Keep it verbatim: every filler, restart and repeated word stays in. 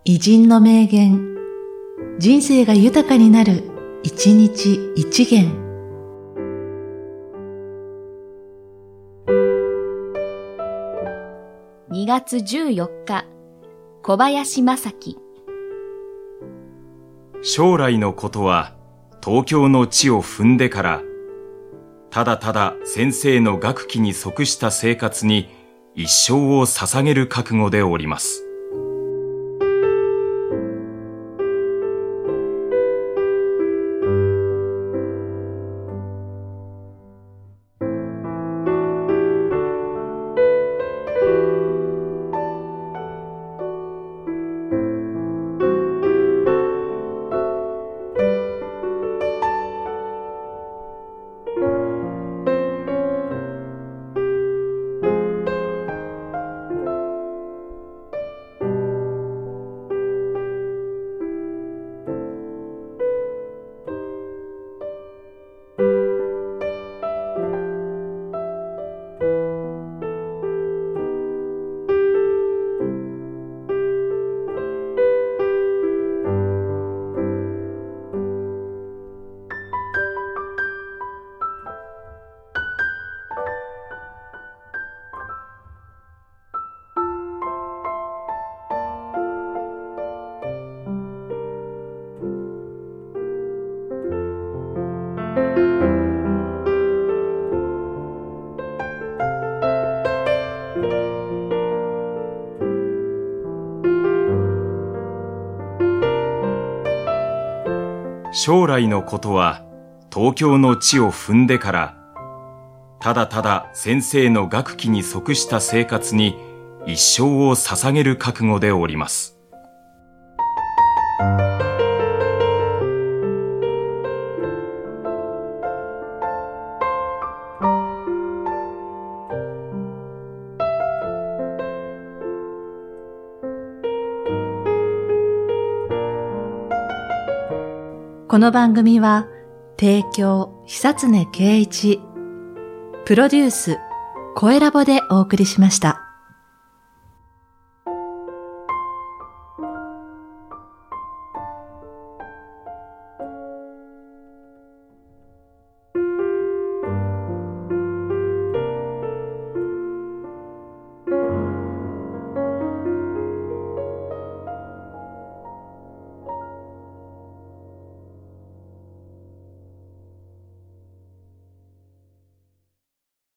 偉人の名言、人生が豊かになる、一日一元。 にがつじゅうよっか、小林正樹。 将来のことは東京の地を踏んでから、ただただ先生の学記に即した生活に一生を捧げる覚悟でおります。将来のことは東京の地を踏んでから、ただただ先生の学記に即した生活に一生を捧げる覚悟でおります。 この番組は提供久常圭一、プロデュース声ラボでお送りしました。